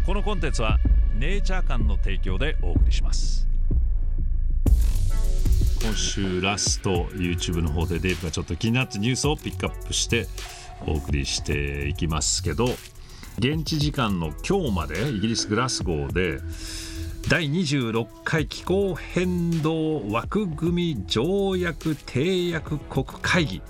このコンテンツはネイチャー館の提供でお送りします。今週ラスト YouTube の方でデーブがちょっと気になったニュースをピックアップしてお送りしていきますけど、現地時間の今日までイギリスグラスゴーで第26回気候変動枠組み条約締約国会議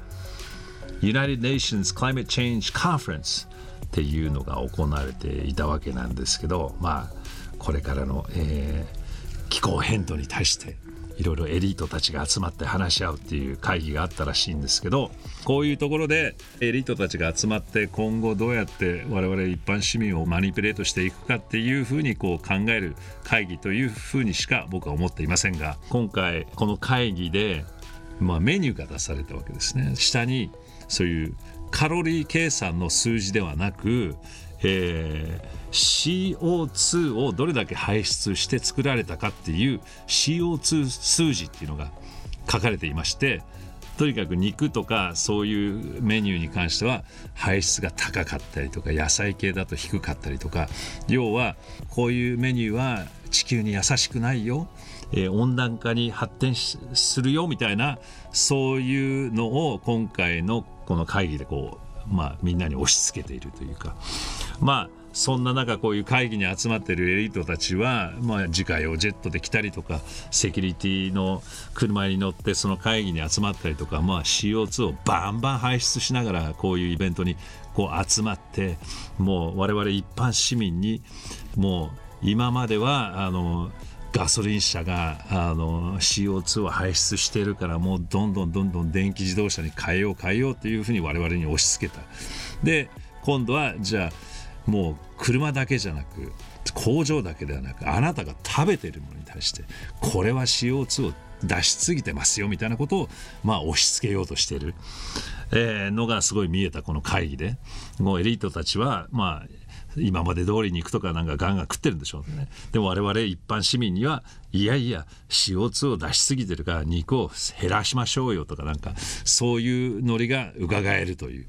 United Nations Climate Change Conference っていうのが行われていたわけなんですけど、これからの、気候変動に対していろいろエリートたちが集まって話し合うっていう会議があったらしいんですけど、こういうところでエリートたちが集まって今後どうやって我々一般市民をマニピュレートしていくかっていうふうに考える会議というふうにしか僕は思っていませんが、今回この会議で、メニューが出されたわけですね。下にそういうカロリー計算の数字ではなく、CO2 をどれだけ排出して作られたかっていう CO2 数字っていうのが書かれていまして、とにかく肉とかそういうメニューに関しては排出が高かったりとか、野菜系だと低かったりとか、要はこういうメニューは地球に優しくないよ、温暖化に発展するよみたいな、そういうのを今回のこの会議でみんなに押し付けているというか、そんな中こういう会議に集まっているエリートたちは、自家用ジェットで来たりとか、セキュリティの車に乗ってその会議に集まったりとか、CO2 をバンバン排出しながらこういうイベントに集まって、もう我々一般市民に、もう今まではガソリン車がCO2 を排出しているから、もうどんどん電気自動車に変えようというふうに我々に押し付けた。で今度はじゃあもう車だけじゃなく、工場だけではなく、あなたが食べているものに対してこれは CO2 を出しすぎてますよみたいなことを押し付けようとしている、のがすごい見えたこの会議で、もうエリートたちは今まで通り肉とかなんかガンガン食ってるんでしょうね。でも我々一般市民にはいや CO2 を出しすぎてるから肉を減らしましょうよとか、なんかそういうノリが伺えるという、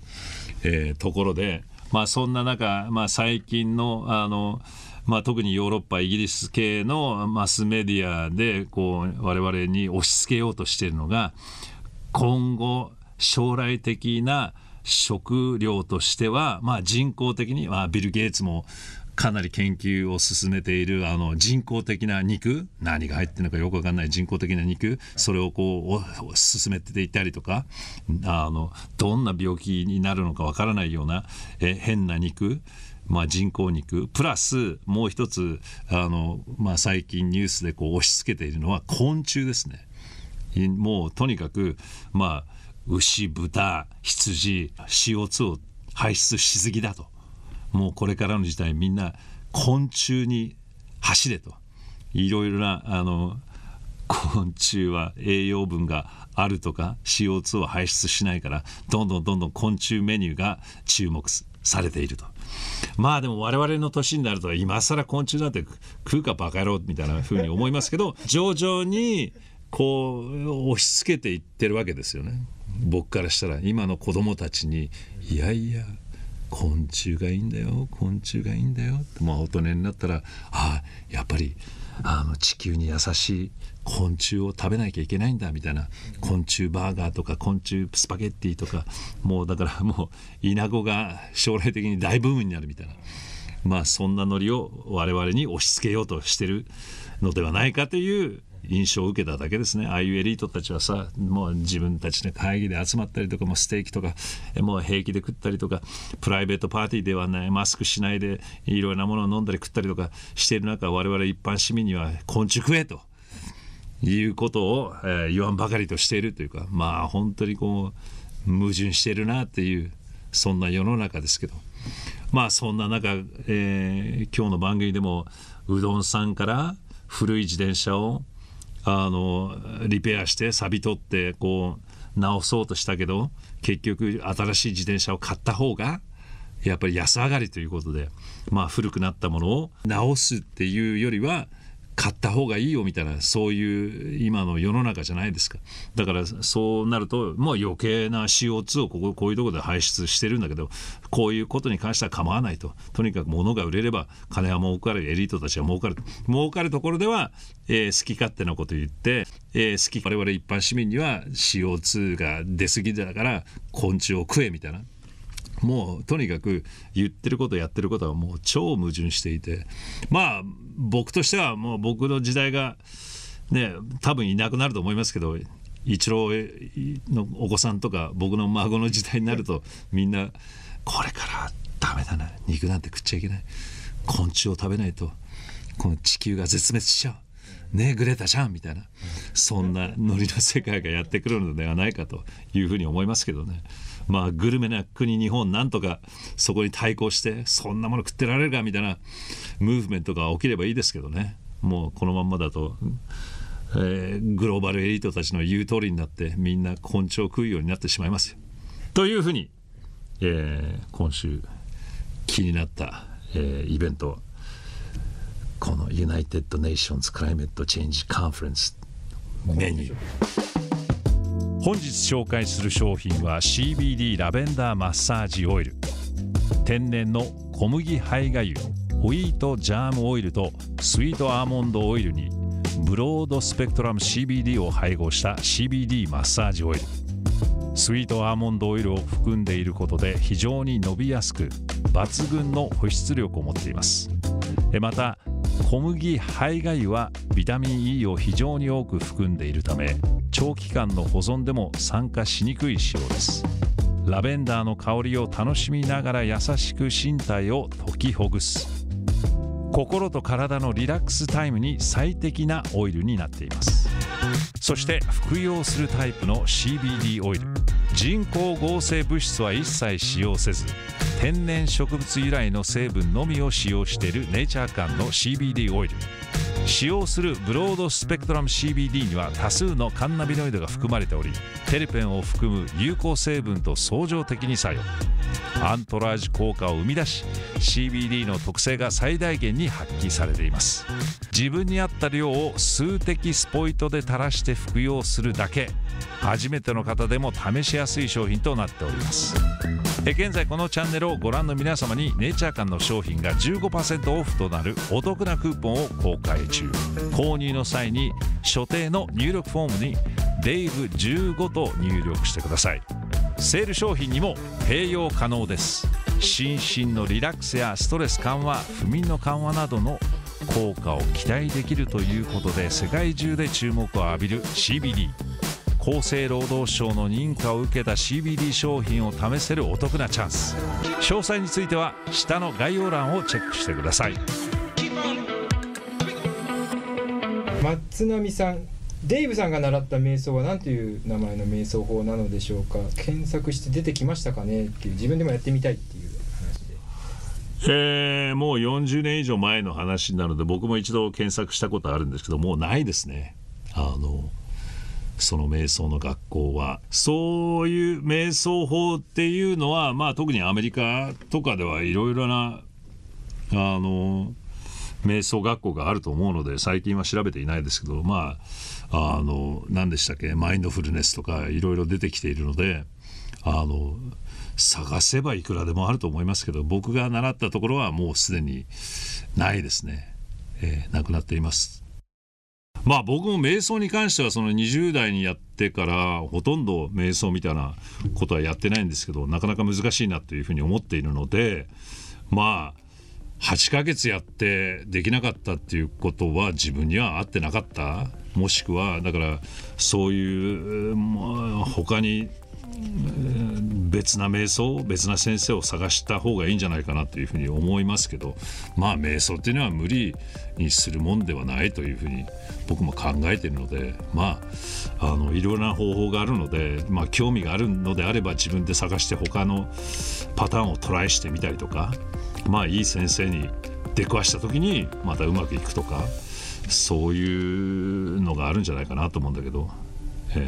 ところで、そんな中、最近の特にヨーロッパイギリス系のマスメディアで我々に押し付けようとしているのが、今後将来的な食料としては、人工的に、ビル・ゲイツもかなり研究を進めている人工的な肉、何が入ってるのかよく分かんない人工的な肉、それを進めていたりとか、どんな病気になるのか分からないような変な肉、人工肉プラスもう一つ最近ニュースで押し付けているのは昆虫ですね。もうとにかく牛、豚、羊 CO2 を排出しすぎだと、もうこれからの時代みんな昆虫に走れと、いろいろな昆虫は栄養分があるとか CO2 を排出しないから、どんどん昆虫メニューが注目されていると。でも我々の年になると今更昆虫なんて食うかバカ野郎みたいな風に思いますけど、徐々に押し付けていってるわけですよね。僕からしたら今の子供たちにいや昆虫がいいんだよって、大人になったらやっぱり地球に優しい昆虫を食べなきゃいけないんだみたいな、昆虫バーガーとか昆虫スパゲッティとか、もうだからもうイナゴが将来的に大ブームになるみたいな、そんなノリを我々に押し付けようとしてるのではないかという印象を受けただけですね。ああいうエリートたちはもう自分たちの会議で集まったりとか、ステーキとかもう平気で食ったりとか、プライベートパーティーではないマスクしないでいろいろなものを飲んだり食ったりとかしている中、我々一般市民には昆虫食えということを言わんばかりとしているというか、本当に矛盾しているなっていう、そんな世の中ですけど、そんな中、今日の番組でもうどんさんから古い自転車をリペアして錆び取って直そうとしたけど、結局新しい自転車を買った方がやっぱり安上がりということで、古くなったものを直すっていうよりは買った方がいいよみたいな、そういう今の世の中じゃないですか。だからそうなるともう余計な CO2 をこういうところで排出してるんだけど、こういうことに関しては構わないと。とにかく物が売れれば金は儲かる、エリートたちは儲かるところでは、好き勝手なこと言って、我々一般市民には CO2 が出過ぎだから昆虫を食えみたいな、もうとにかく言ってることやってることはもう超矛盾していて、まあ僕としてはもう僕の時代がね多分いなくなると思いますけど、一郎のお子さんとか僕の孫の時代になるとみんなこれからダメだな、肉なんて食っちゃいけない、昆虫を食べないとこの地球が絶滅しちゃうね、グレタちゃんみたいな、そんなノリの世界がやってくるのではないかというふうに思いますけどね。まあグルメな国日本、なんとかそこに対抗してそんなもの食ってられるかみたいなムーブメントが起きればいいですけどね。もうこのまんまだと、グローバルエリートたちの言う通りになってみんな昆虫を食うようになってしまいますよというふうに、今週気になった、イベント、このユナイテッド・ネーションズ・クライメット・チェンジ・カンファレンスメニュー。本日紹介する商品は CBD ラベンダーマッサージオイル。天然の小麦胚芽油、ホイートジャームオイルとスイートアーモンドオイルにブロードスペクトラム CBD を配合した CBD マッサージオイル。スイートアーモンドオイルを含んでいることで非常に伸びやすく抜群の保湿力を持っています。また小麦胚芽油はビタミン E を非常に多く含んでいるため長期間の保存でも酸化しにくい仕様です。ラベンダーの香りを楽しみながら優しく身体を解きほぐす、心と体のリラックスタイムに最適なオイルになっています。そして服用するタイプの CBD オイル、人工合成物質は一切使用せず天然植物由来の成分のみを使用しているネイチャー感の CBD オイル。使用するブロードスペクトラム CBD には多数のカンナビノイドが含まれており、テルペンを含む有効成分と相乗的に作用、アントラージュ効果を生み出し CBD の特性が最大限に発揮されています。自分に合った量を数滴スポイトで垂らして服用するだけ、初めての方でも試しやすい商品となっております。現在このチャンネルをご覧の皆様にネイチャー館の商品が 15% オフとなるお得なクーポンを公開中。購入の際に所定の入力フォームにデイブ15と入力してください。セール商品にも併用可能です。心身のリラックスやストレス緩和、不眠の緩和などの効果を期待できるということで世界中で注目を浴びる CBD。厚生労働省の認可を受けた CBD 商品を試せるお得なチャンス。詳細については下の概要欄をチェックしてください。 松並さん、デイブさんが習った瞑想は何という名前の瞑想法なのでしょうか。検索して出てきましたかねっていう、自分でもやってみたいっていう話で、もう40年以上前の話なので僕も一度検索したことあるんですけど、もうないですね。その瞑想の学校は。そういう瞑想法っていうのは、まあ、特にアメリカとかではいろいろな瞑想学校があると思うので最近は調べていないですけど、まあ何でしたっけ、マインドフルネスとかいろいろ出てきているので探せばいくらでもあると思いますけど、僕が習ったところはもうすでにないですね。なくなっています。まあ僕も瞑想に関してはその20代にやってからほとんど瞑想みたいなことはやってないんですけど、なかなか難しいなというふうに思っているので、まあ8ヶ月やってできなかったっていうことは自分には合ってなかった、もしくはだからそういう他に別な瞑想、別な先生を探した方がいいんじゃないかなというふうに思いますけど、まあ瞑想っていうのは無理にするもんではないというふうに僕も考えているので、まあいろいろな方法があるので、まあ興味があるのであれば自分で探して他のパターンをトライしてみたりとか、まあいい先生に出くわした時にまたうまくいくとか、そういうのがあるんじゃないかなと思うんだけど、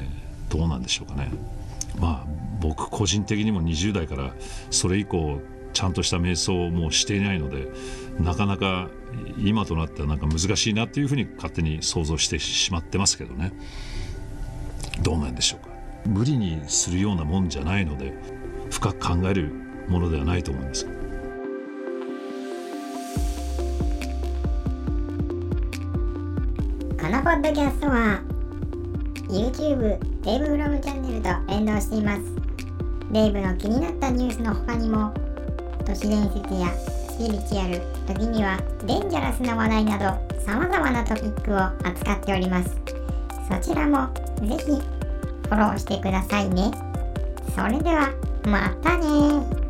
どうなんでしょうかね。まあ僕個人的にも20代からそれ以降ちゃんとした瞑想をもうしていないので、なかなか今となってはなんか難しいなっていうふうに勝手に想像してしまってますけどね。どうなんでしょうか。無理にするようなもんじゃないので、深く考えるものではないと思います。 このポッドキャストは YouTube デイブフロムチャンネルと連動しています。デイブの気になったニュースの他にも、都市伝説やスピリチュアル、時にはデンジャラスな話題など様々なトピックを扱っております。そちらもぜひフォローしてくださいね。それではまたね。